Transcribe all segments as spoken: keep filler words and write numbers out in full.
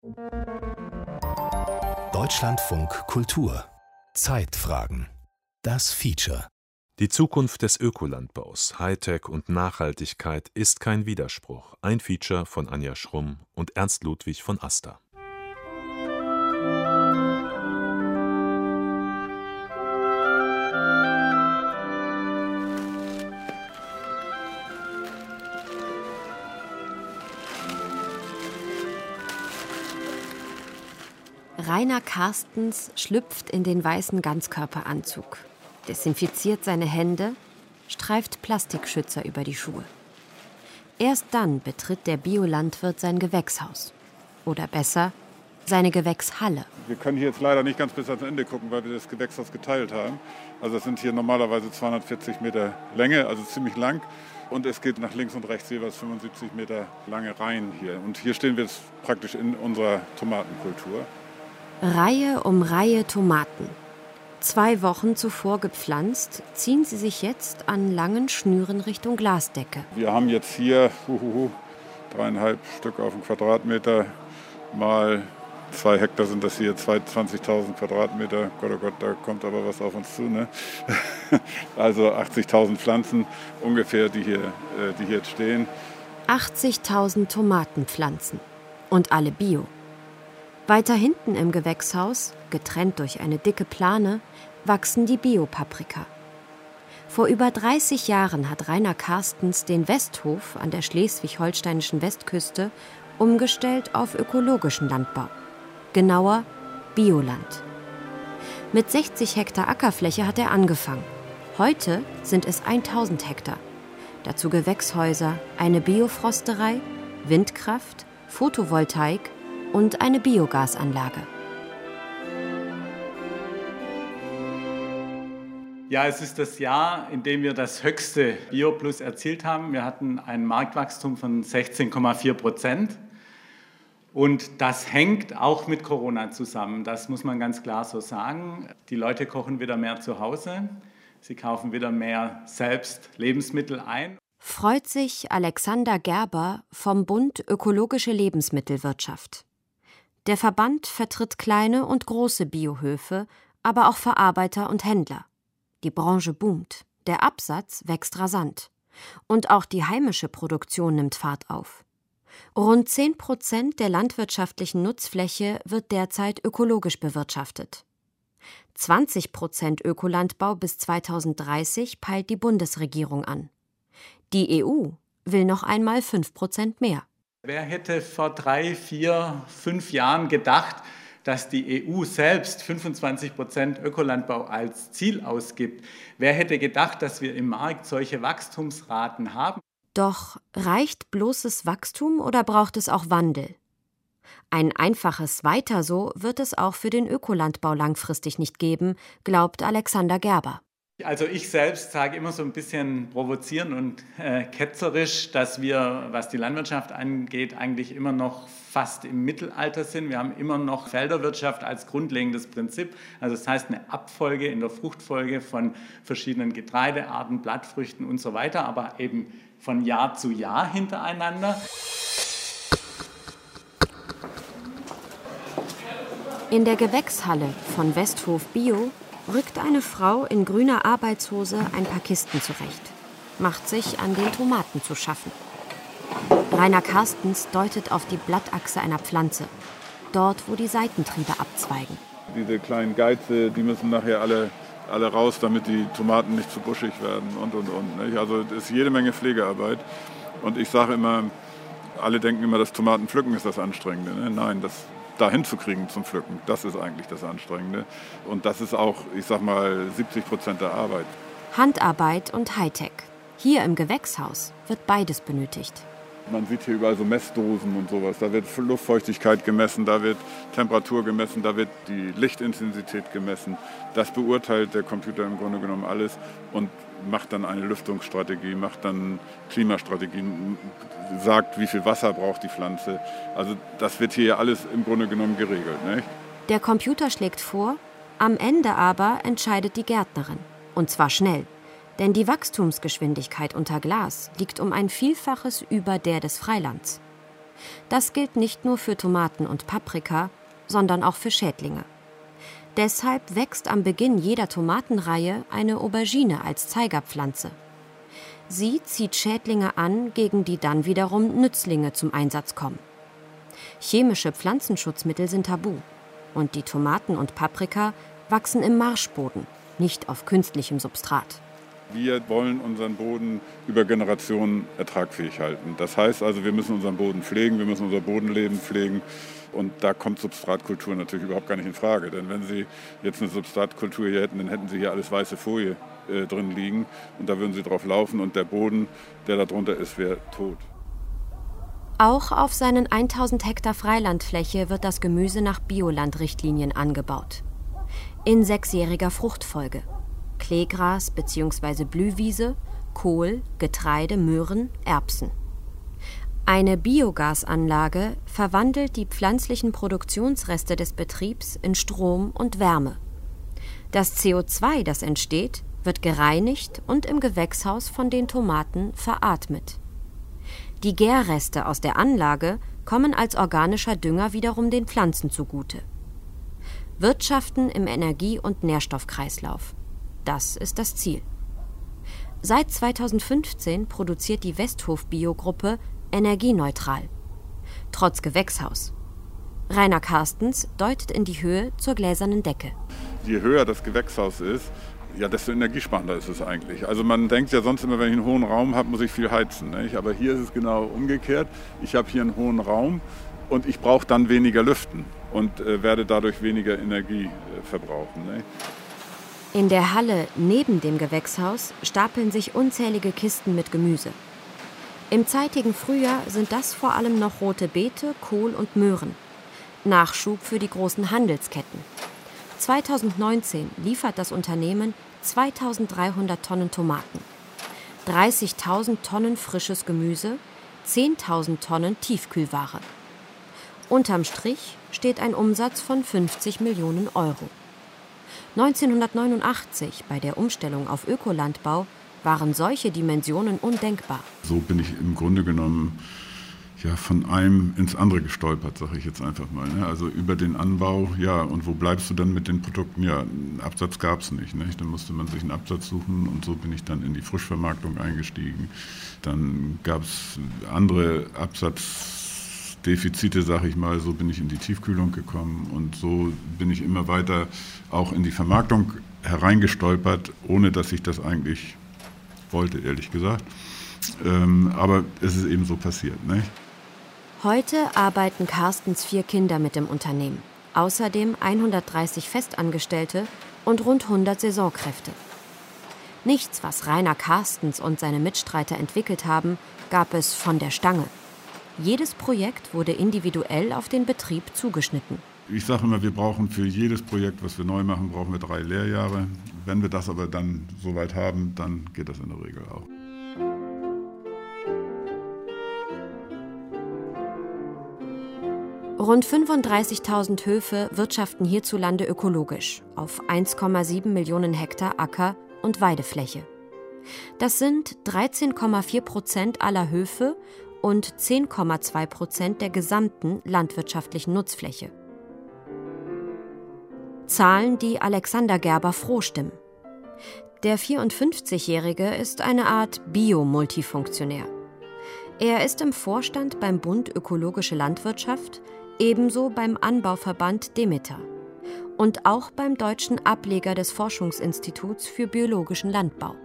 Deutschlandfunk Kultur. Zeitfragen. Das Feature. Die Zukunft des Ökolandbaus, Hightech und Nachhaltigkeit ist kein Widerspruch. Ein Feature von Anja Schrumm und Ernst Ludwig von Aster. Rainer Carstens schlüpft in den weißen Ganzkörperanzug, desinfiziert seine Hände, streift Plastikschützer über die Schuhe. Erst dann betritt der Biolandwirt sein Gewächshaus. Oder besser, seine Gewächshalle. Wir können hier jetzt leider nicht ganz bis ans Ende gucken, weil wir das Gewächshaus geteilt haben. Also es sind hier normalerweise zweihundertvierzig Meter Länge, also ziemlich lang. Und es geht nach links und rechts jeweils fünfundsiebzig Meter lange Reihen hier. Und hier stehen wir jetzt praktisch in unserer Tomatenkultur. Reihe um Reihe Tomaten. Zwei Wochen zuvor gepflanzt, ziehen sie sich jetzt an langen Schnüren Richtung Glasdecke. Wir haben jetzt hier huhuhu, dreieinhalb Stück auf den Quadratmeter, mal zwei Hektar sind das hier, zwanzigtausend Quadratmeter. Gott, oh Gott, da kommt aber was auf uns zu, ne? Also achtzigtausend Pflanzen ungefähr, die hier, die hier jetzt stehen. achtzigtausend Tomatenpflanzen und alle bio. Weiter hinten im Gewächshaus, getrennt durch eine dicke Plane, wachsen die Bio-Paprika. Vor über dreißig Jahren hat Rainer Carstens den Westhof an der schleswig-holsteinischen Westküste umgestellt auf ökologischen Landbau. Genauer Bioland. Mit sechzig Hektar Ackerfläche hat er angefangen. Heute sind es tausend Hektar. Dazu Gewächshäuser, eine Biofrosterei, Windkraft, Photovoltaik und eine Biogasanlage. Ja, es ist das Jahr, in dem wir das höchste Bio-Plus erzielt haben. Wir hatten ein Marktwachstum von sechzehn Komma vier Prozent. Und das hängt auch mit Corona zusammen. Das muss man ganz klar so sagen. Die Leute kochen wieder mehr zu Hause. Sie kaufen wieder mehr selbst Lebensmittel ein. Freut sich Alexander Gerber vom Bund Ökologische Lebensmittelwirtschaft. Der Verband vertritt kleine und große Biohöfe, aber auch Verarbeiter und Händler. Die Branche boomt, der Absatz wächst rasant. Und auch die heimische Produktion nimmt Fahrt auf. Rund zehn Prozent der landwirtschaftlichen Nutzfläche wird derzeit ökologisch bewirtschaftet. zwanzig Prozent Ökolandbau bis zweitausenddreißig peilt die Bundesregierung an. Die E U will noch einmal fünf Prozent mehr. Wer hätte vor drei, vier, fünf Jahren gedacht, dass die E U selbst fünfundzwanzig Prozent Ökolandbau als Ziel ausgibt? Wer hätte gedacht, dass wir im Markt solche Wachstumsraten haben? Doch reicht bloßes Wachstum oder braucht es auch Wandel? Ein einfaches Weiter so wird es auch für den Ökolandbau langfristig nicht geben, glaubt Alexander Gerber. Also ich selbst sage immer so ein bisschen provozierend und äh, ketzerisch, dass wir, was die Landwirtschaft angeht, eigentlich immer noch fast im Mittelalter sind. Wir haben immer noch Felderwirtschaft als grundlegendes Prinzip. Also das heißt eine Abfolge in der Fruchtfolge von verschiedenen Getreidearten, Blattfrüchten und so weiter, aber eben von Jahr zu Jahr hintereinander. In der Gewächshalle von Westhof Bio rückt eine Frau in grüner Arbeitshose ein paar Kisten zurecht, macht sich an den Tomaten zu schaffen. Rainer Carstens deutet auf die Blattachse einer Pflanze, dort, wo die Seitentriebe abzweigen. Diese kleinen Geize, die müssen nachher alle, alle raus, damit die Tomaten nicht zu buschig werden und, und, und. Nicht? Also es ist jede Menge Pflegearbeit. Und ich sage immer, alle denken immer, das Tomatenpflücken ist das Anstrengende. Ne? Nein, das dahin zu kriegen zum Pflücken, das ist eigentlich das Anstrengende. Und das ist auch, ich sag mal, siebzig Prozent der Arbeit. Handarbeit und Hightech. Hier im Gewächshaus wird beides benötigt. Man sieht hier überall so Messdosen und sowas. Da wird Luftfeuchtigkeit gemessen, da wird Temperatur gemessen, da wird die Lichtintensität gemessen. Das beurteilt der Computer im Grunde genommen alles und macht dann eine Lüftungsstrategie, macht dann Klimastrategien, sagt, wie viel Wasser braucht die Pflanze. Also das wird hier alles im Grunde genommen geregelt. Nicht? Der Computer schlägt vor, am Ende aber entscheidet die Gärtnerin. Und zwar schnell. Denn die Wachstumsgeschwindigkeit unter Glas liegt um ein Vielfaches über der des Freilands. Das gilt nicht nur für Tomaten und Paprika, sondern auch für Schädlinge. Deshalb wächst am Beginn jeder Tomatenreihe eine Aubergine als Zeigerpflanze. Sie zieht Schädlinge an, gegen die dann wiederum Nützlinge zum Einsatz kommen. Chemische Pflanzenschutzmittel sind tabu und die Tomaten und Paprika wachsen im Marschboden, nicht auf künstlichem Substrat. Wir wollen unseren Boden über Generationen ertragfähig halten. Das heißt also, wir müssen unseren Boden pflegen, wir müssen unser Bodenleben pflegen. Und da kommt Substratkultur natürlich überhaupt gar nicht in Frage. Denn wenn Sie jetzt eine Substratkultur hier hätten, dann hätten Sie hier alles weiße Folie äh, drin liegen. Und da würden Sie drauf laufen und der Boden, der da drunter ist, wäre tot. Auch auf seinen tausend Hektar Freilandfläche wird das Gemüse nach Biolandrichtlinien angebaut. In sechsjähriger Fruchtfolge. Kleegras bzw. Blühwiese, Kohl, Getreide, Möhren, Erbsen. Eine Biogasanlage verwandelt die pflanzlichen Produktionsreste des Betriebs in Strom und Wärme. Das C O zwei, das entsteht, wird gereinigt und im Gewächshaus von den Tomaten veratmet. Die Gärreste aus der Anlage kommen als organischer Dünger wiederum den Pflanzen zugute. Wirtschaften im Energie- und Nährstoffkreislauf. Das ist das Ziel. Seit zweitausendfünfzehn produziert die Westhof-Biogruppe energieneutral. Trotz Gewächshaus. Rainer Carstens deutet in die Höhe zur gläsernen Decke. Je höher das Gewächshaus ist, ja, desto energiesparender ist es eigentlich. Also man denkt ja sonst immer, wenn ich einen hohen Raum habe, muss ich viel heizen. Nicht? Aber hier ist es genau umgekehrt. Ich habe hier einen hohen Raum und ich brauche dann weniger lüften und äh, werde dadurch weniger Energie äh, verbrauchen. Nicht? In der Halle neben dem Gewächshaus stapeln sich unzählige Kisten mit Gemüse. Im zeitigen Frühjahr sind das vor allem noch rote Beete, Kohl und Möhren. Nachschub für die großen Handelsketten. zweitausendneunzehn liefert das Unternehmen zweitausenddreihundert Tonnen Tomaten, dreißigtausend Tonnen frisches Gemüse, zehntausend Tonnen Tiefkühlware. Unterm Strich steht ein Umsatz von fünfzig Millionen Euro. neunzehnhundertneunundachtzig, bei der Umstellung auf Ökolandbau, waren solche Dimensionen undenkbar. So bin ich im Grunde genommen ja, von einem ins andere gestolpert, sage ich jetzt einfach mal. Ne? Also über den Anbau, ja, und wo bleibst du dann mit den Produkten? Ja, einen Absatz gab es nicht, nicht. Dann musste man sich einen Absatz suchen und so bin ich dann in die Frischvermarktung eingestiegen. Dann gab es andere Absatzdefizite, sage ich mal, so bin ich in die Tiefkühlung gekommen und so bin ich immer weiter auch in die Vermarktung hereingestolpert, ohne dass ich das eigentlich wollte, ehrlich gesagt. Ähm, aber es ist eben so passiert, nicht? Heute arbeiten Carstens vier Kinder mit dem Unternehmen. Außerdem hundertdreißig Festangestellte und rund hundert Saisonkräfte. Nichts, was Rainer Carstens und seine Mitstreiter entwickelt haben, gab es von der Stange. Jedes Projekt wurde individuell auf den Betrieb zugeschnitten. Ich sage immer, wir brauchen für jedes Projekt, was wir neu machen, brauchen wir drei Lehrjahre. Wenn wir das aber dann soweit haben, dann geht das in der Regel auch. Rund fünfunddreißigtausend Höfe wirtschaften hierzulande ökologisch auf eins Komma sieben Millionen Hektar Acker- und Weidefläche. Das sind dreizehn Komma vier Prozent aller Höfe und zehn Komma zwei Prozent der gesamten landwirtschaftlichen Nutzfläche. Zahlen, die Alexander Gerber froh stimmen. Der vierundfünfzigjährige ist eine Art Bio-Multifunktionär. Er ist im Vorstand beim Bund Ökologische Landwirtschaft, ebenso beim Anbauverband Demeter und auch beim deutschen Ableger des Forschungsinstituts für biologischen Landbau.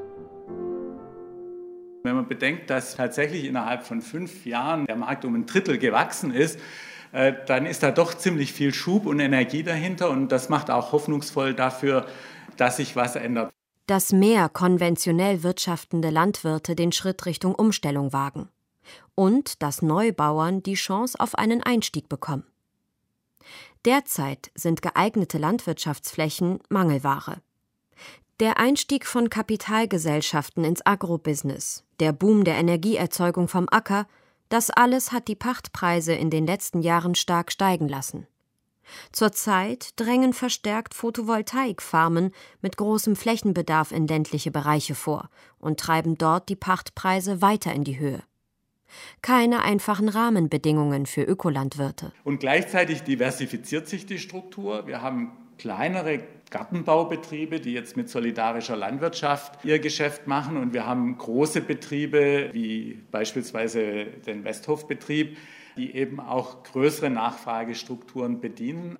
Wenn man bedenkt, dass tatsächlich innerhalb von fünf Jahren der Markt um ein Drittel gewachsen ist, dann ist da doch ziemlich viel Schub und Energie dahinter und das macht auch hoffnungsvoll dafür, dass sich was ändert. Dass mehr konventionell wirtschaftende Landwirte den Schritt Richtung Umstellung wagen und dass Neubauern die Chance auf einen Einstieg bekommen. Derzeit sind geeignete Landwirtschaftsflächen Mangelware. Der Einstieg von Kapitalgesellschaften ins Agrobusiness, der Boom der Energieerzeugung vom Acker, das alles hat die Pachtpreise in den letzten Jahren stark steigen lassen. Zurzeit drängen verstärkt Photovoltaikfarmen mit großem Flächenbedarf in ländliche Bereiche vor und treiben dort die Pachtpreise weiter in die Höhe. Keine einfachen Rahmenbedingungen für Ökolandwirte. Und gleichzeitig diversifiziert sich die Struktur. Wir haben kleinere Gartenbaubetriebe, die jetzt mit solidarischer Landwirtschaft ihr Geschäft machen. Und wir haben große Betriebe, wie beispielsweise den Westhofbetrieb, die eben auch größere Nachfragestrukturen bedienen.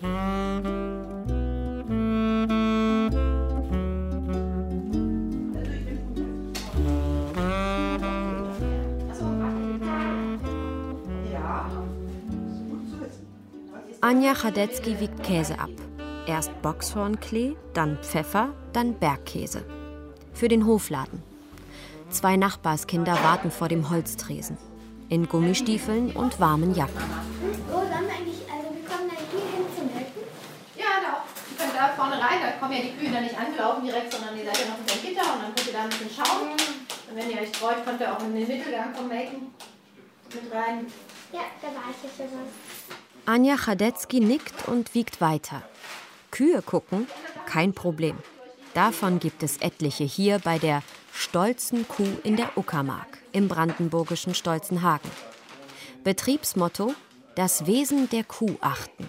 Anja Chadetzky wiegt Käse ab. Erst Boxhornklee, dann Pfeffer, dann Bergkäse. Für den Hofladen. Zwei Nachbarskinder warten vor dem Holztresen. In Gummistiefeln und warmen Jacken. Wo sollen wir eigentlich, also wir kommen da hier hin zum Melken? Ja, doch. Die können da vorne rein, da kommen ja die Kühe dann nicht angelaufen direkt, sondern ihr seid ja noch hinter dem Gitter und dann könnt ihr da ein bisschen schauen. Und wenn ihr euch freut, könnt ihr auch in den Mittelgang vom Melken mit rein. Ja, da war ich ja schon was. Anja Chadetzky nickt und wiegt weiter. Kühe gucken? Kein Problem. Davon gibt es etliche hier bei der stolzen Kuh in der Uckermark im brandenburgischen Stolzenhagen. Betriebsmotto: das Wesen der Kuh achten.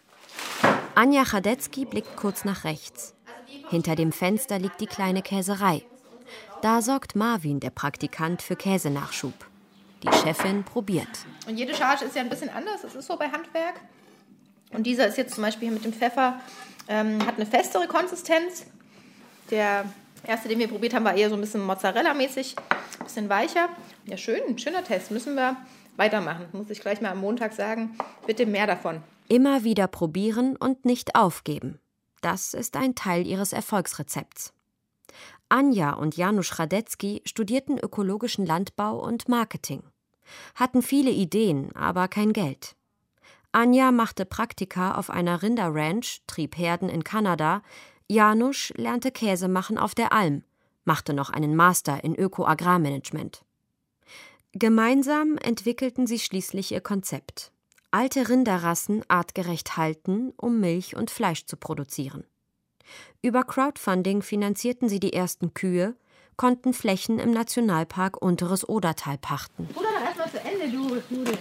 Anja Chadetzky blickt kurz nach rechts. Hinter dem Fenster liegt die kleine Käserei. Da sorgt Marvin, der Praktikant, für Käsenachschub. Die Chefin probiert. Und jede Charge ist ja ein bisschen anders, das ist so bei Handwerk. Und dieser ist jetzt zum Beispiel hier mit dem Pfeffer, ähm, hat eine festere Konsistenz. Der erste, den wir probiert haben, war eher so ein bisschen Mozzarella-mäßig, ein bisschen weicher. Ja, schön, ein schöner Test, müssen wir weitermachen. Muss ich gleich mal am Montag sagen, bitte mehr davon. Immer wieder probieren und nicht aufgeben. Das ist ein Teil ihres Erfolgsrezepts. Anja und Janusz Chadetzky studierten ökologischen Landbau und Marketing. Hatten viele Ideen, aber kein Geld. Anja machte Praktika auf einer Rinderranch, trieb Herden in Kanada. Janusz lernte Käse machen auf der Alm, machte noch einen Master in Öko-Agrarmanagement. Gemeinsam entwickelten sie schließlich ihr Konzept. Alte Rinderrassen artgerecht halten, um Milch und Fleisch zu produzieren. Über Crowdfunding finanzierten sie die ersten Kühe, konnten Flächen im Nationalpark Unteres Odertal pachten. Bruder, dann erstmal zu Ende, du Nudel.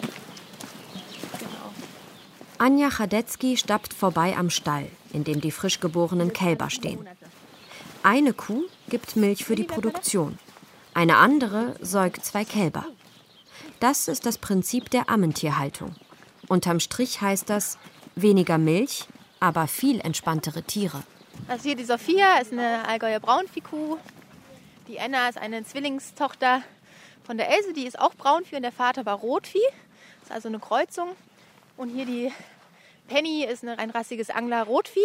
Anja Chadetzky stapft vorbei am Stall, in dem die frisch geborenen Kälber stehen. Eine Kuh gibt Milch für die Produktion, eine andere säugt zwei Kälber. Das ist das Prinzip der Ammentierhaltung. Unterm Strich heißt das weniger Milch, aber viel entspanntere Tiere. Also hier die Sophia ist eine Allgäuer Braunviehkuh. Die Enna ist eine Zwillingstochter von der Else, die ist auch Braunvieh und der Vater war Rotvieh. Das ist also eine Kreuzung. Und hier die Penny ist ein reinrassiges Angler-Rotvieh.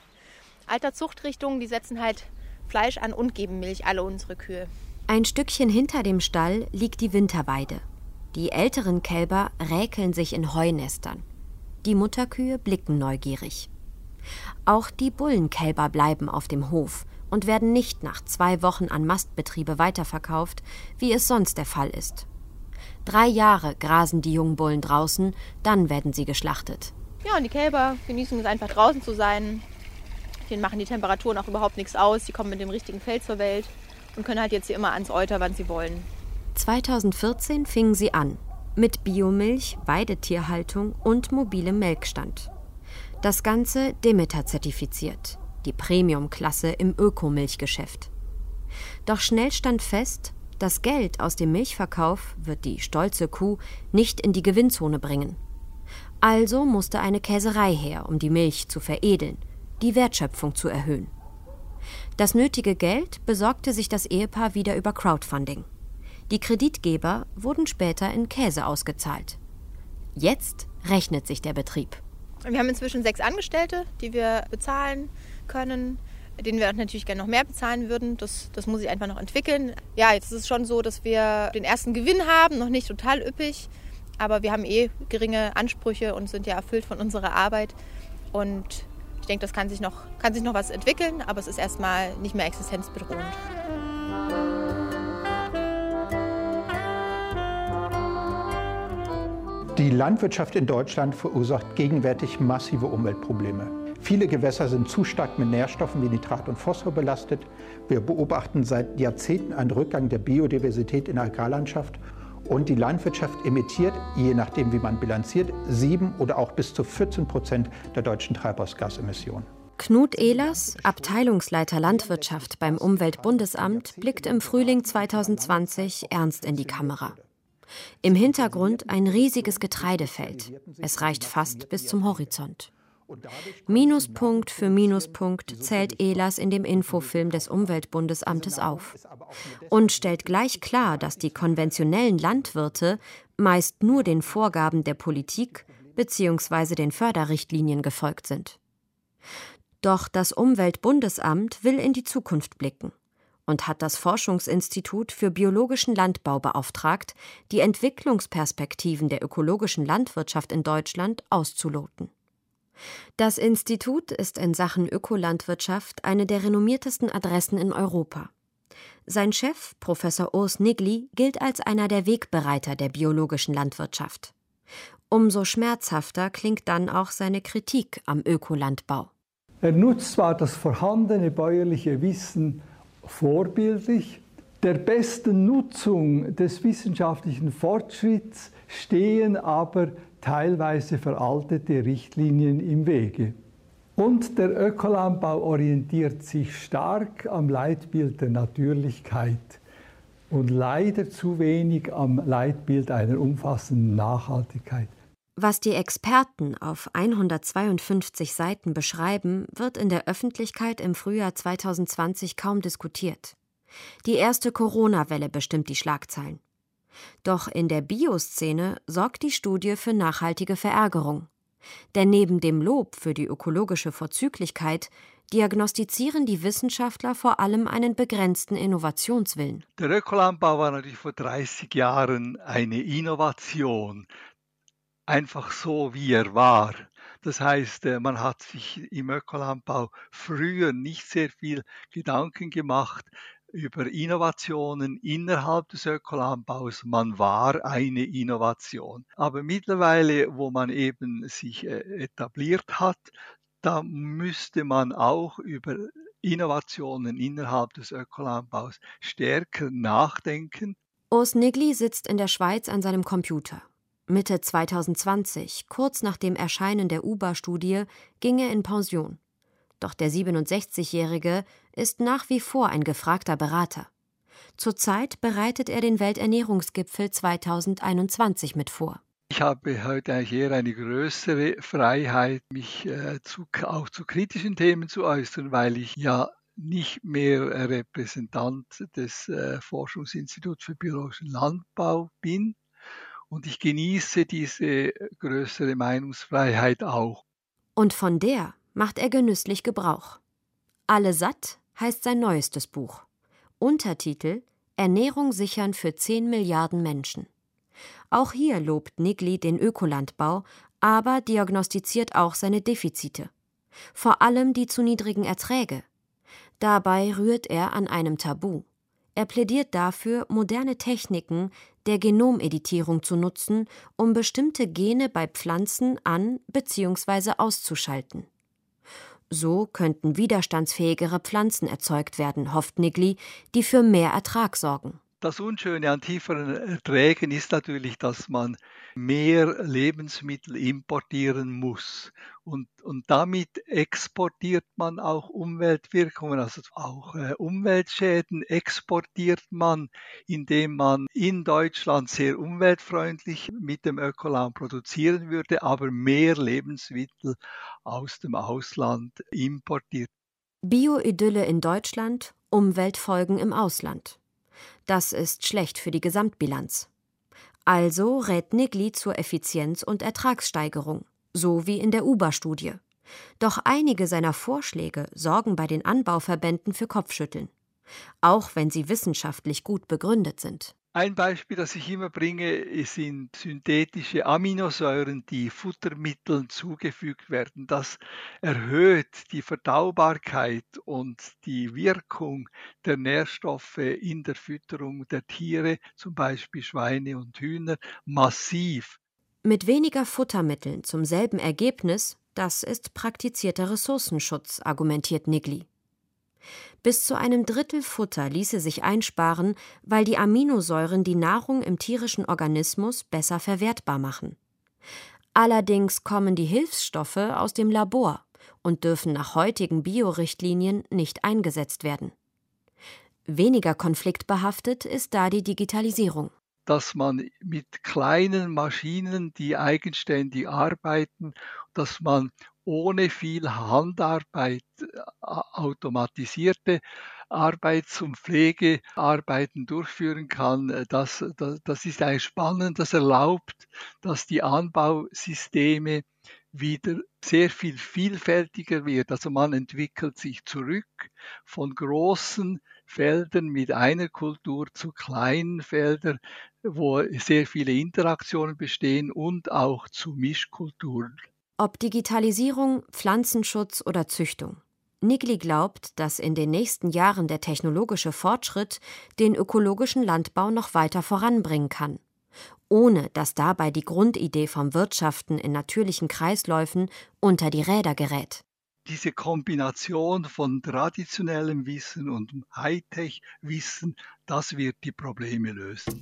Alter Zuchtrichtung, die setzen halt Fleisch an und geben Milch, alle unsere Kühe. Ein Stückchen hinter dem Stall liegt die Winterweide. Die älteren Kälber räkeln sich in Heunestern. Die Mutterkühe blicken neugierig. Auch die Bullenkälber bleiben auf dem Hof und werden nicht nach zwei Wochen an Mastbetriebe weiterverkauft, wie es sonst der Fall ist. Drei Jahre grasen die Jungbullen draußen, dann werden sie geschlachtet. Ja, und die Kälber genießen es einfach draußen zu sein. Denen machen die Temperaturen auch überhaupt nichts aus. Die kommen mit dem richtigen Fell zur Welt und können halt jetzt hier immer ans Euter, wann sie wollen. zweitausendvierzehn fingen sie an. Mit Biomilch, Weidetierhaltung und mobilem Melkstand. Das Ganze Demeter-zertifiziert, die Premium-Klasse im Ökomilchgeschäft. Doch schnell stand fest, das Geld aus dem Milchverkauf wird die stolze Kuh nicht in die Gewinnzone bringen. Also musste eine Käserei her, um die Milch zu veredeln, die Wertschöpfung zu erhöhen. Das nötige Geld besorgte sich das Ehepaar wieder über Crowdfunding. Die Kreditgeber wurden später in Käse ausgezahlt. Jetzt rechnet sich der Betrieb. Wir haben inzwischen sechs Angestellte, die wir bezahlen können, denen wir natürlich gerne noch mehr bezahlen würden. Das, das muss ich einfach noch entwickeln. Ja, jetzt ist es schon so, dass wir den ersten Gewinn haben, noch nicht total üppig, aber wir haben eh geringe Ansprüche und sind ja erfüllt von unserer Arbeit. Und ich denke, das kann sich noch, kann sich noch was entwickeln, aber es ist erstmal nicht mehr existenzbedrohend. Die Landwirtschaft in Deutschland verursacht gegenwärtig massive Umweltprobleme. Viele Gewässer sind zu stark mit Nährstoffen wie Nitrat und Phosphor belastet. Wir beobachten seit Jahrzehnten einen Rückgang der Biodiversität in der Agrarlandschaft. Und die Landwirtschaft emittiert, je nachdem wie man bilanziert, sieben oder auch bis zu vierzehn Prozent der deutschen Treibhausgasemissionen. Knut Ehlers, Abteilungsleiter Landwirtschaft beim Umweltbundesamt, blickt im Frühling zweitausendzwanzig ernst in die Kamera. Im Hintergrund ein riesiges Getreidefeld. Es reicht fast bis zum Horizont. Minuspunkt für Minuspunkt zählt Ehlers in dem Infofilm des Umweltbundesamtes auf und stellt gleich klar, dass die konventionellen Landwirte meist nur den Vorgaben der Politik bzw. den Förderrichtlinien gefolgt sind. Doch das Umweltbundesamt will in die Zukunft blicken und hat das Forschungsinstitut für biologischen Landbau beauftragt, die Entwicklungsperspektiven der ökologischen Landwirtschaft in Deutschland auszuloten. Das Institut ist in Sachen Ökolandwirtschaft eine der renommiertesten Adressen in Europa. Sein Chef, Professor Urs Nigli, gilt als einer der Wegbereiter der biologischen Landwirtschaft. Umso schmerzhafter klingt dann auch seine Kritik am Ökolandbau. Er nutzt zwar das vorhandene bäuerliche Wissen vorbildlich, der besten Nutzung des wissenschaftlichen Fortschritts stehen aber teilweise veraltete Richtlinien im Wege. Und der Ökolandbau orientiert sich stark am Leitbild der Natürlichkeit und leider zu wenig am Leitbild einer umfassenden Nachhaltigkeit. Was die Experten auf hundertzweiundfünfzig Seiten beschreiben, wird in der Öffentlichkeit im Frühjahr zweitausendzwanzig kaum diskutiert. Die erste Corona-Welle bestimmt die Schlagzeilen. Doch in der Bioszene sorgt die Studie für nachhaltige Verärgerung. Denn neben dem Lob für die ökologische Vorzüglichkeit diagnostizieren die Wissenschaftler vor allem einen begrenzten Innovationswillen. Der Ökolandbau war natürlich vor dreißig Jahren eine Innovation. Einfach so, wie er war. Das heißt, man hat sich im Ökolandbau früher nicht sehr viel Gedanken gemacht über Innovationen innerhalb des Ökolandbaus. Man war eine Innovation. Aber mittlerweile, wo man eben sich etabliert hat, da müsste man auch über Innovationen innerhalb des Ökolandbaus stärker nachdenken. Urs Nigli sitzt in der Schweiz an seinem Computer. Mitte zweitausendzwanzig, kurz nach dem Erscheinen der U B A-Studie, ging er in Pension. Doch der siebenundsechzigjährige ist nach wie vor ein gefragter Berater. Zurzeit bereitet er den Welternährungsgipfel zweitausendeinundzwanzig mit vor. Ich habe heute eigentlich eher eine größere Freiheit, mich äh, zu, auch zu kritischen Themen zu äußern, weil ich ja nicht mehr Repräsentant des äh, Forschungsinstituts für biologischen Landbau bin. Und ich genieße diese größere Meinungsfreiheit auch. Und von der macht er genüsslich Gebrauch. Alle satt heißt sein neuestes Buch. Untertitel: Ernährung sichern für zehn Milliarden Menschen. Auch hier lobt Nigli den Ökolandbau, aber diagnostiziert auch seine Defizite. Vor allem die zu niedrigen Erträge. Dabei rührt er an einem Tabu. Er plädiert dafür, moderne Techniken der Genomeditierung zu nutzen, um bestimmte Gene bei Pflanzen an- bzw. auszuschalten. So könnten widerstandsfähigere Pflanzen erzeugt werden, hofft Nigli, die für mehr Ertrag sorgen. Das Unschöne an tieferen Erträgen ist natürlich, dass man mehr Lebensmittel importieren muss. Und, und damit exportiert man auch Umweltwirkungen, also auch äh, Umweltschäden exportiert man, indem man in Deutschland sehr umweltfreundlich mit dem Ökoland produzieren würde, aber mehr Lebensmittel aus dem Ausland importiert. Bio-Idylle in Deutschland, Umweltfolgen im Ausland. Das ist schlecht für die Gesamtbilanz. Also rät Nigli zur Effizienz- und Ertragssteigerung, so wie in der U B A-Studie. Doch einige seiner Vorschläge sorgen bei den Anbauverbänden für Kopfschütteln, auch wenn sie wissenschaftlich gut begründet sind. Ein Beispiel, das ich immer bringe, sind synthetische Aminosäuren, die Futtermitteln zugefügt werden. Das erhöht die Verdaubarkeit und die Wirkung der Nährstoffe in der Fütterung der Tiere, zum Beispiel Schweine und Hühner, massiv. Mit weniger Futtermitteln zum selben Ergebnis, das ist praktizierter Ressourcenschutz, argumentiert Nigli. Bis zu einem Drittel Futter ließe sich einsparen, weil die Aminosäuren die Nahrung im tierischen Organismus besser verwertbar machen. Allerdings kommen die Hilfsstoffe aus dem Labor und dürfen nach heutigen Biorichtlinien nicht eingesetzt werden. Weniger konfliktbehaftet ist da die Digitalisierung. Dass man mit kleinen Maschinen, die eigenständig arbeiten, dass man ohne viel Handarbeit automatisierte Arbeits- und Pflegearbeiten durchführen kann, das, das, das ist eigentlich spannend. Das erlaubt, dass die Anbausysteme wieder sehr viel vielfältiger wird. Also man entwickelt sich zurück von großen Feldern mit einer Kultur zu kleinen Feldern, wo sehr viele Interaktionen bestehen und auch zu Mischkulturen. Ob Digitalisierung, Pflanzenschutz oder Züchtung. Nigli glaubt, dass in den nächsten Jahren der technologische Fortschritt den ökologischen Landbau noch weiter voranbringen kann, ohne dass dabei die Grundidee vom Wirtschaften in natürlichen Kreisläufen unter die Räder gerät. Diese Kombination von traditionellem Wissen und Hightech-Wissen, das wird die Probleme lösen.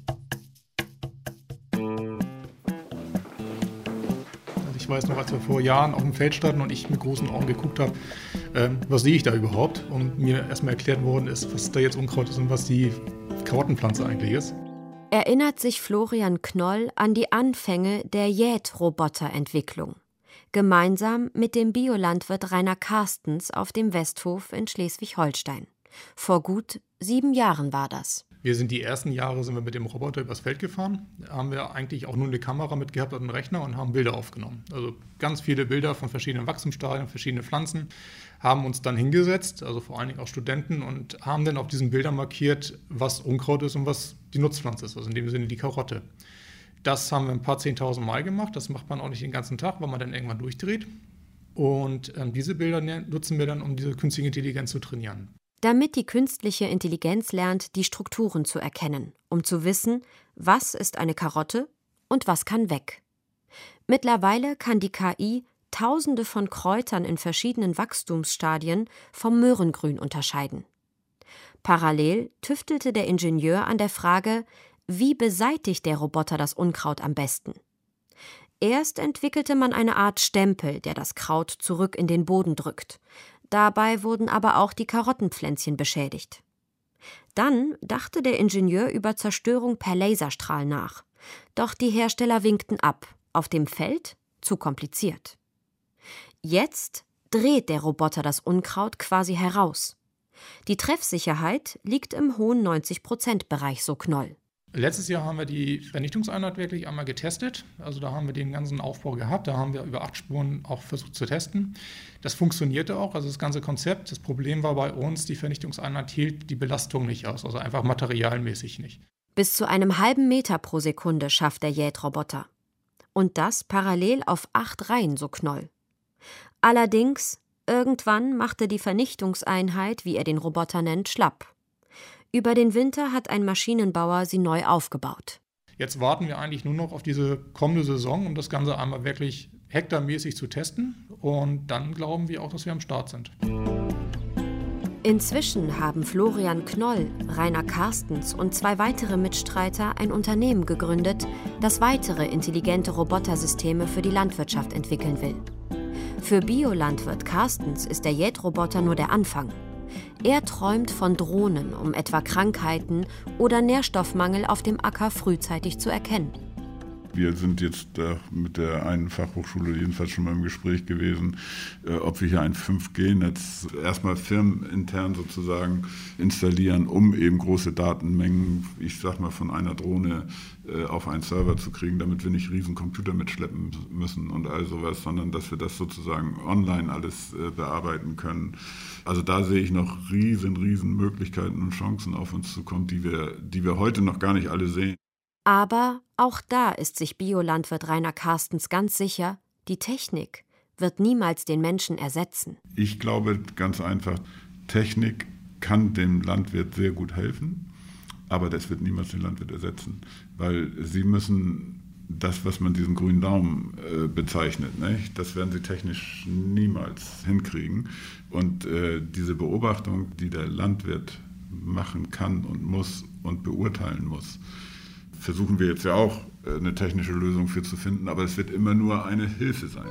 Ich weiß noch, als wir vor Jahren auf dem Feld standen und ich mit großen Augen geguckt habe, ähm, was sehe ich da überhaupt? Und mir erstmal erklärt worden ist, was da jetzt Unkraut ist und was die Karottenpflanze eigentlich ist. Erinnert sich Florian Knoll an die Anfänge der Jätroboterentwicklung. Gemeinsam mit dem Biolandwirt Rainer Carstens auf dem Westhof in Schleswig-Holstein. Vor gut sieben Jahren war das. Wir sind die ersten Jahre sind wir mit dem Roboter übers Feld gefahren. Da haben wir eigentlich auch nur eine Kamera mitgehabt und einen Rechner und haben Bilder aufgenommen. Also ganz viele Bilder von verschiedenen Wachstumsstadien, verschiedene Pflanzen. Haben uns dann hingesetzt, also vor allen Dingen auch Studenten, und haben dann auf diesen Bildern markiert, was Unkraut ist und was die Nutzpflanze ist, also in dem Sinne die Karotte. Das haben wir ein paar zehntausend Mal gemacht. Das macht man auch nicht den ganzen Tag, weil man dann irgendwann durchdreht. Und ähm, diese Bilder nutzen wir dann, um diese künstliche Intelligenz zu trainieren. Damit die künstliche Intelligenz lernt, die Strukturen zu erkennen, um zu wissen, was ist eine Karotte und was kann weg. Mittlerweile kann die K I Tausende von Kräutern in verschiedenen Wachstumsstadien vom Möhrengrün unterscheiden. Parallel tüftelte der Ingenieur an der Frage, wie beseitigt der Roboter das Unkraut am besten? Erst entwickelte man eine Art Stempel, der das Kraut zurück in den Boden drückt. Dabei wurden aber auch die Karottenpflänzchen beschädigt. Dann dachte der Ingenieur über Zerstörung per Laserstrahl nach. Doch die Hersteller winkten ab. Auf dem Feld zu kompliziert. Jetzt dreht der Roboter das Unkraut quasi heraus. Die Treffsicherheit liegt im hohen neunzig-Prozent-Bereich, so Knoll. Letztes Jahr haben wir die Vernichtungseinheit wirklich einmal getestet. Also da haben wir den ganzen Aufbau gehabt. Da haben wir über acht Spuren auch versucht zu testen. Das funktionierte auch, also das ganze Konzept. Das Problem war bei uns, die Vernichtungseinheit hielt die Belastung nicht aus, also einfach materialmäßig nicht. Bis zu einem halben Meter pro Sekunde schafft der Jätroboter. Und das parallel auf acht Reihen, so Knoll. Allerdings, irgendwann machte die Vernichtungseinheit, wie er den Roboter nennt, schlapp. Über den Winter hat ein Maschinenbauer sie neu aufgebaut. Jetzt warten wir eigentlich nur noch auf diese kommende Saison, um das Ganze einmal wirklich hektarmäßig zu testen. Und dann glauben wir auch, dass wir am Start sind. Inzwischen haben Florian Knoll, Rainer Carstens und zwei weitere Mitstreiter ein Unternehmen gegründet, das weitere intelligente Robotersysteme für die Landwirtschaft entwickeln will. Für Biolandwirt Carstens ist der Jätroboter nur der Anfang. Er träumt von Drohnen, um etwa Krankheiten oder Nährstoffmangel auf dem Acker frühzeitig zu erkennen. Wir sind jetzt äh, mit der einen Fachhochschule jedenfalls schon mal im Gespräch gewesen, äh, ob wir hier ein fünf G Netz erstmal firmenintern sozusagen installieren, um eben große Datenmengen, ich sag mal von einer Drohne äh, auf einen Server zu kriegen, damit wir nicht riesen Computer mitschleppen müssen und all sowas, sondern dass wir das sozusagen online alles äh, bearbeiten können. Also da sehe ich noch riesen, riesen Möglichkeiten und Chancen auf uns zukommen, die wir, die wir heute noch gar nicht alle sehen. Aber auch da ist sich Biolandwirt Rainer Carstens ganz sicher, die Technik wird niemals den Menschen ersetzen. Ich glaube ganz einfach, Technik kann dem Landwirt sehr gut helfen, aber das wird niemals den Landwirt ersetzen, weil sie müssen das, was man diesen grünen Daumen äh, bezeichnet. Nicht? Das werden sie technisch niemals hinkriegen. Und äh, diese Beobachtung, die der Landwirt machen kann und muss und beurteilen muss, versuchen wir jetzt ja auch äh, eine technische Lösung für zu finden, aber es wird immer nur eine Hilfe sein.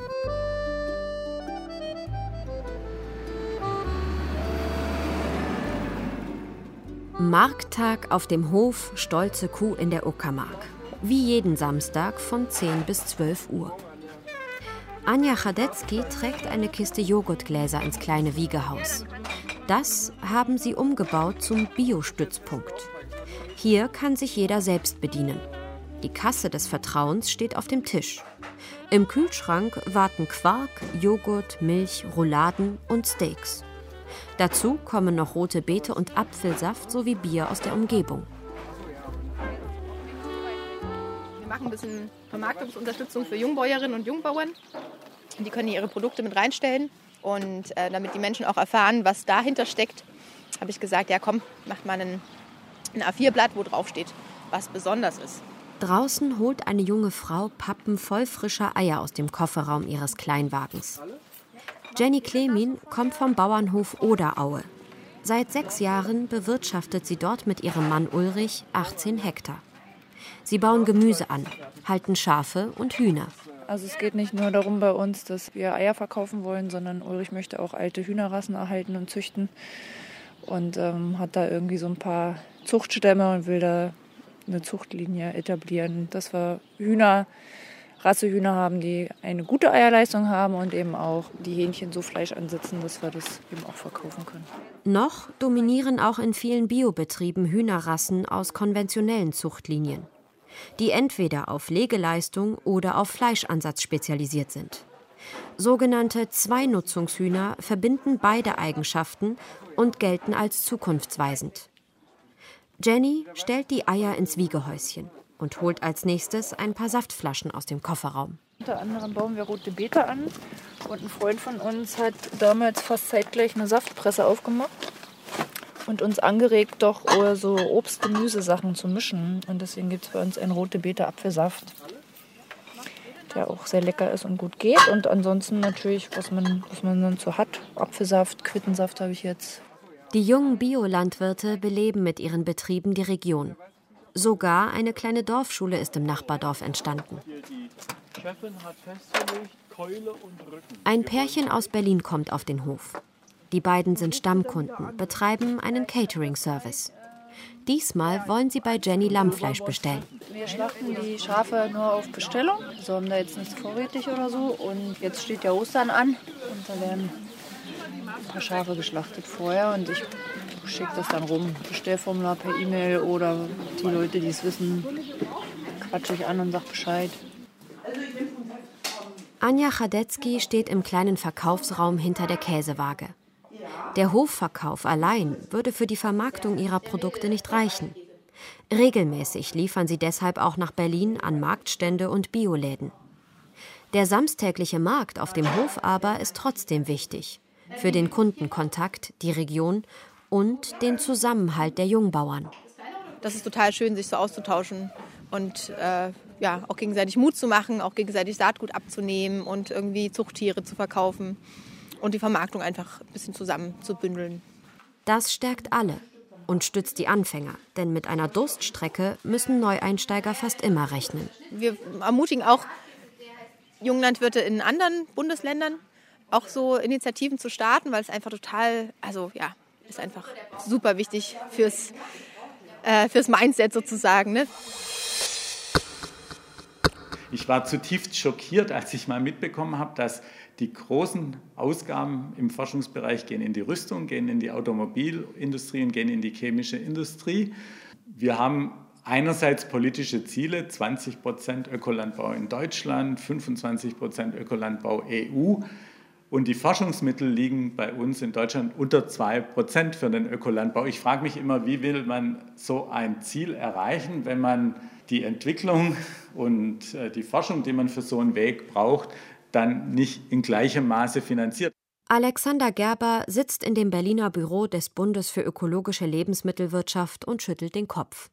Markttag auf dem Hof Stolze Kuh in der Uckermark. Wie jeden Samstag von zehn bis zwölf Uhr. Anja Chadetzky trägt eine Kiste Joghurtgläser ins kleine Wiegehaus. Das haben sie umgebaut zum Bio-Stützpunkt. Hier kann sich jeder selbst bedienen. Die Kasse des Vertrauens steht auf dem Tisch. Im Kühlschrank warten Quark, Joghurt, Milch, Rouladen und Steaks. Dazu kommen noch rote Beete und Apfelsaft sowie Bier aus der Umgebung. Wir machen ein bisschen Vermarktungsunterstützung für Jungbäuerinnen und Jungbauern. Die können ihre Produkte mit reinstellen. Und äh, damit die Menschen auch erfahren, was dahinter steckt, habe ich gesagt, ja komm, macht mal ein, ein A vier Blatt, wo drauf steht, was besonders ist. Draußen holt eine junge Frau Pappen voll frischer Eier aus dem Kofferraum ihres Kleinwagens. Jenny Klemin kommt vom Bauernhof Oderaue. Seit sechs Jahren bewirtschaftet sie dort mit ihrem Mann Ulrich achtzehn Hektar. Sie bauen Gemüse an, halten Schafe und Hühner. Also es geht nicht nur darum bei uns, dass wir Eier verkaufen wollen, sondern Ulrich möchte auch alte Hühnerrassen erhalten und züchten. Und ähm, hat da irgendwie so ein paar Zuchtstämme und will da eine Zuchtlinie etablieren, dass wir Hühner, Rassehühner haben, die eine gute Eierleistung haben und eben auch die Hähnchen so Fleisch ansetzen, dass wir das eben auch verkaufen können. Noch dominieren auch in vielen Biobetrieben Hühnerrassen aus konventionellen Zuchtlinien, die entweder auf Legeleistung oder auf Fleischansatz spezialisiert sind. Sogenannte Zweinutzungshühner verbinden beide Eigenschaften und gelten als zukunftsweisend. Jenny stellt die Eier ins Wiegehäuschen und holt als nächstes ein paar Saftflaschen aus dem Kofferraum. Unter anderem bauen wir rote Beete an und ein Freund von uns hat damals fast zeitgleich eine Saftpresse aufgemacht und uns angeregt, doch so Obst-Gemüsesachen zu mischen. Und deswegen gibt es bei uns einen rote Beete Apfelsaft, der auch sehr lecker ist und gut geht. Und ansonsten natürlich, was man, was man sonst so hat, Apfelsaft, Quittensaft habe ich jetzt. Die jungen Biolandwirte beleben mit ihren Betrieben die Region. Sogar eine kleine Dorfschule ist im Nachbardorf entstanden. Ein Pärchen aus Berlin kommt auf den Hof. Die beiden sind Stammkunden, betreiben einen Catering-Service. Diesmal wollen sie bei Jenny Lammfleisch bestellen. Wir schlachten die Schafe nur auf Bestellung. So haben da jetzt nichts vorrätig oder so. Und jetzt steht ja Ostern an und da werden ein paar Schafe geschlachtet vorher und ich schicke das dann rum. Bestellformular per E-Mail oder die Leute, die es wissen, quatsche ich an und sage Bescheid. Anja Chadetzky steht im kleinen Verkaufsraum hinter der Käsewaage. Der Hofverkauf allein würde für die Vermarktung ihrer Produkte nicht reichen. Regelmäßig liefern sie deshalb auch nach Berlin an Marktstände und Bioläden. Der samstägliche Markt auf dem Hof aber ist trotzdem wichtig. Für den Kundenkontakt, die Region und den Zusammenhalt der Jungbauern. Das ist total schön, sich so auszutauschen und äh, ja, auch gegenseitig Mut zu machen, auch gegenseitig Saatgut abzunehmen und irgendwie Zuchttiere zu verkaufen und die Vermarktung einfach ein bisschen zusammenzubündeln. Das stärkt alle und stützt die Anfänger, denn mit einer Durststrecke müssen Neueinsteiger fast immer rechnen. Wir ermutigen auch Junglandwirte in anderen Bundesländern, auch so Initiativen zu starten, weil es einfach total, also ja, ist einfach super wichtig fürs, äh, fürs Mindset sozusagen. Ne? Ich war zutiefst schockiert, als ich mal mitbekommen habe, dass die großen Ausgaben im Forschungsbereich gehen in die Rüstung, gehen in die Automobilindustrie und gehen in die chemische Industrie. Wir haben einerseits politische Ziele, zwanzig Prozent Ökolandbau in Deutschland, fünfundzwanzig Prozent Ökolandbau E U. Und die Forschungsmittel liegen bei uns in Deutschland unter zwei Prozent für den Ökolandbau. Ich frage mich immer, wie will man so ein Ziel erreichen, wenn man die Entwicklung und die Forschung, die man für so einen Weg braucht, dann nicht in gleichem Maße finanziert. Alexander Gerber sitzt in dem Berliner Büro des Bundes für ökologische Lebensmittelwirtschaft und schüttelt den Kopf.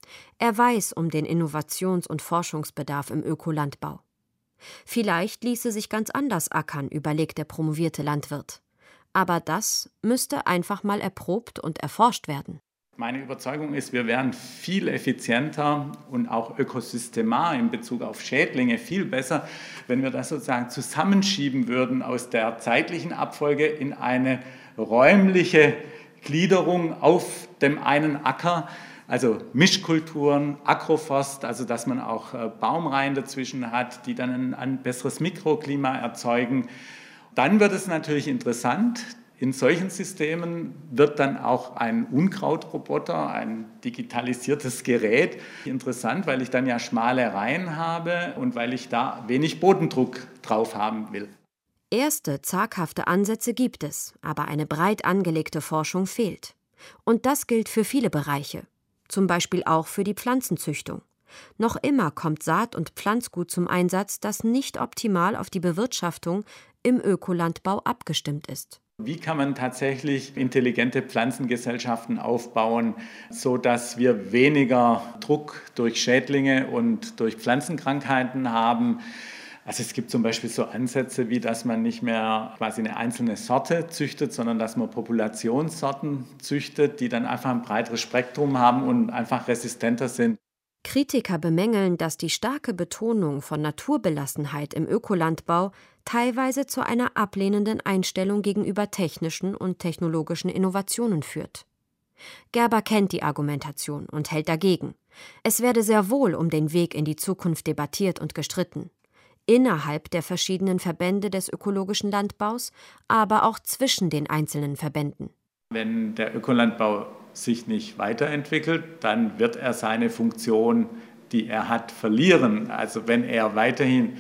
Er weiß um den Innovations- und Forschungsbedarf im Ökolandbau. Vielleicht ließe sich ganz anders ackern, überlegt der promovierte Landwirt. Aber das müsste einfach mal erprobt und erforscht werden. Meine Überzeugung ist, wir wären viel effizienter und auch ökosystemar in Bezug auf Schädlinge viel besser, wenn wir das sozusagen zusammenschieben würden aus der zeitlichen Abfolge in eine räumliche Gliederung auf dem einen Acker. Also Mischkulturen, Agroforst, also dass man auch Baumreihen dazwischen hat, die dann ein, ein besseres Mikroklima erzeugen. Dann wird es natürlich interessant. In solchen Systemen wird dann auch ein Unkrautroboter, ein digitalisiertes Gerät interessant, weil ich dann ja schmale Reihen habe und weil ich da wenig Bodendruck drauf haben will. Erste zaghafte Ansätze gibt es, aber eine breit angelegte Forschung fehlt. Und das gilt für viele Bereiche. Zum Beispiel auch für die Pflanzenzüchtung. Noch immer kommt Saat- und Pflanzgut zum Einsatz, das nicht optimal auf die Bewirtschaftung im Ökolandbau abgestimmt ist. Wie kann man tatsächlich intelligente Pflanzengesellschaften aufbauen, sodass wir weniger Druck durch Schädlinge und durch Pflanzenkrankheiten haben? Also es gibt zum Beispiel so Ansätze, wie dass man nicht mehr quasi eine einzelne Sorte züchtet, sondern dass man Populationssorten züchtet, die dann einfach ein breiteres Spektrum haben und einfach resistenter sind. Kritiker bemängeln, dass die starke Betonung von Naturbelassenheit im Ökolandbau teilweise zu einer ablehnenden Einstellung gegenüber technischen und technologischen Innovationen führt. Gerber kennt die Argumentation und hält dagegen. Es werde sehr wohl um den Weg in die Zukunft debattiert und gestritten. Innerhalb der verschiedenen Verbände des ökologischen Landbaus, aber auch zwischen den einzelnen Verbänden. Wenn der Ökolandbau sich nicht weiterentwickelt, dann wird er seine Funktion, die er hat, verlieren. Also wenn er weiterhin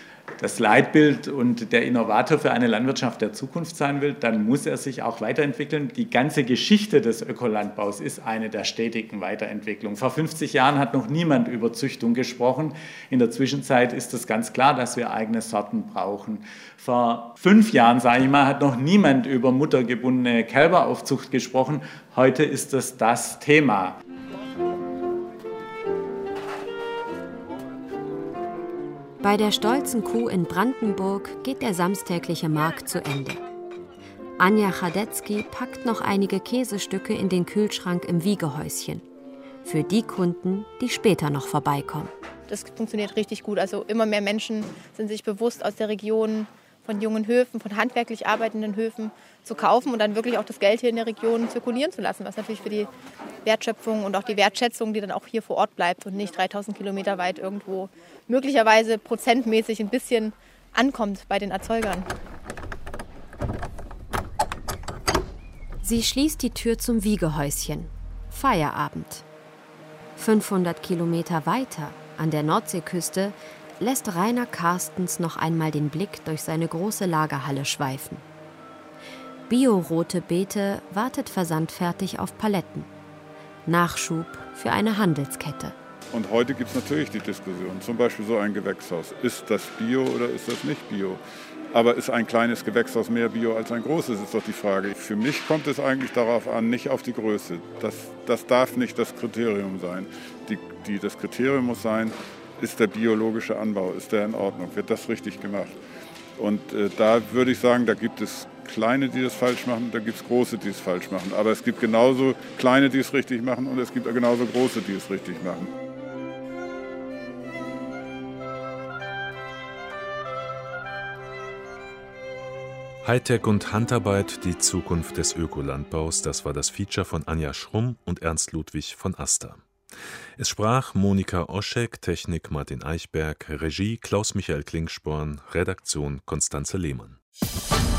das Leitbild und der Innovator für eine Landwirtschaft der Zukunft sein will, dann muss er sich auch weiterentwickeln. Die ganze Geschichte des Ökolandbaus ist eine der stetigen Weiterentwicklung. Vor fünfzig Jahren hat noch niemand über Züchtung gesprochen. In der Zwischenzeit ist es ganz klar, dass wir eigene Sorten brauchen. Vor fünf Jahren, sage ich mal, hat noch niemand über muttergebundene Kälberaufzucht gesprochen. Heute ist es das Thema. Bei der stolzen Kuh in Brandenburg geht der samstägliche Markt zu Ende. Anja Chadetzky packt noch einige Käsestücke in den Kühlschrank im Wiegehäuschen. Für die Kunden, die später noch vorbeikommen. Das funktioniert richtig gut. Also immer mehr Menschen sind sich bewusst, aus der Region von jungen Höfen, von handwerklich arbeitenden Höfen zu kaufen und dann wirklich auch das Geld hier in der Region zirkulieren zu lassen, was natürlich für die Wertschöpfung und auch die Wertschätzung, die dann auch hier vor Ort bleibt und nicht dreitausend Kilometer weit irgendwo möglicherweise prozentmäßig ein bisschen ankommt bei den Erzeugern. Sie schließt die Tür zum Wiegehäuschen. Feierabend. fünfhundert Kilometer weiter, an der Nordseeküste, lässt Rainer Carstens noch einmal den Blick durch seine große Lagerhalle schweifen. Bio-rote Beete wartet versandfertig auf Paletten. Nachschub für eine Handelskette. Und heute gibt es natürlich die Diskussion, zum Beispiel so ein Gewächshaus. Ist das Bio oder ist das nicht Bio? Aber ist ein kleines Gewächshaus mehr Bio als ein großes, ist doch die Frage. Für mich kommt es eigentlich darauf an, nicht auf die Größe. Das, das darf nicht das Kriterium sein. Die, die, das Kriterium muss sein, ist der biologische Anbau, ist der in Ordnung, wird das richtig gemacht? Und äh, da würde ich sagen, da gibt es Kleine, die das falsch machen, da gibt es Große, die es falsch machen. Aber es gibt genauso Kleine, die es richtig machen und es gibt genauso Große, die es richtig machen. Hightech und Handarbeit, die Zukunft des Ökolandbaus, das war das Feature von Anja Schrumm und Ernst Ludwig von Aster. Es sprach Monika Oschek, Technik Martin Eichberg, Regie Klaus-Michael Klingsporn, Redaktion Konstanze Lehmann.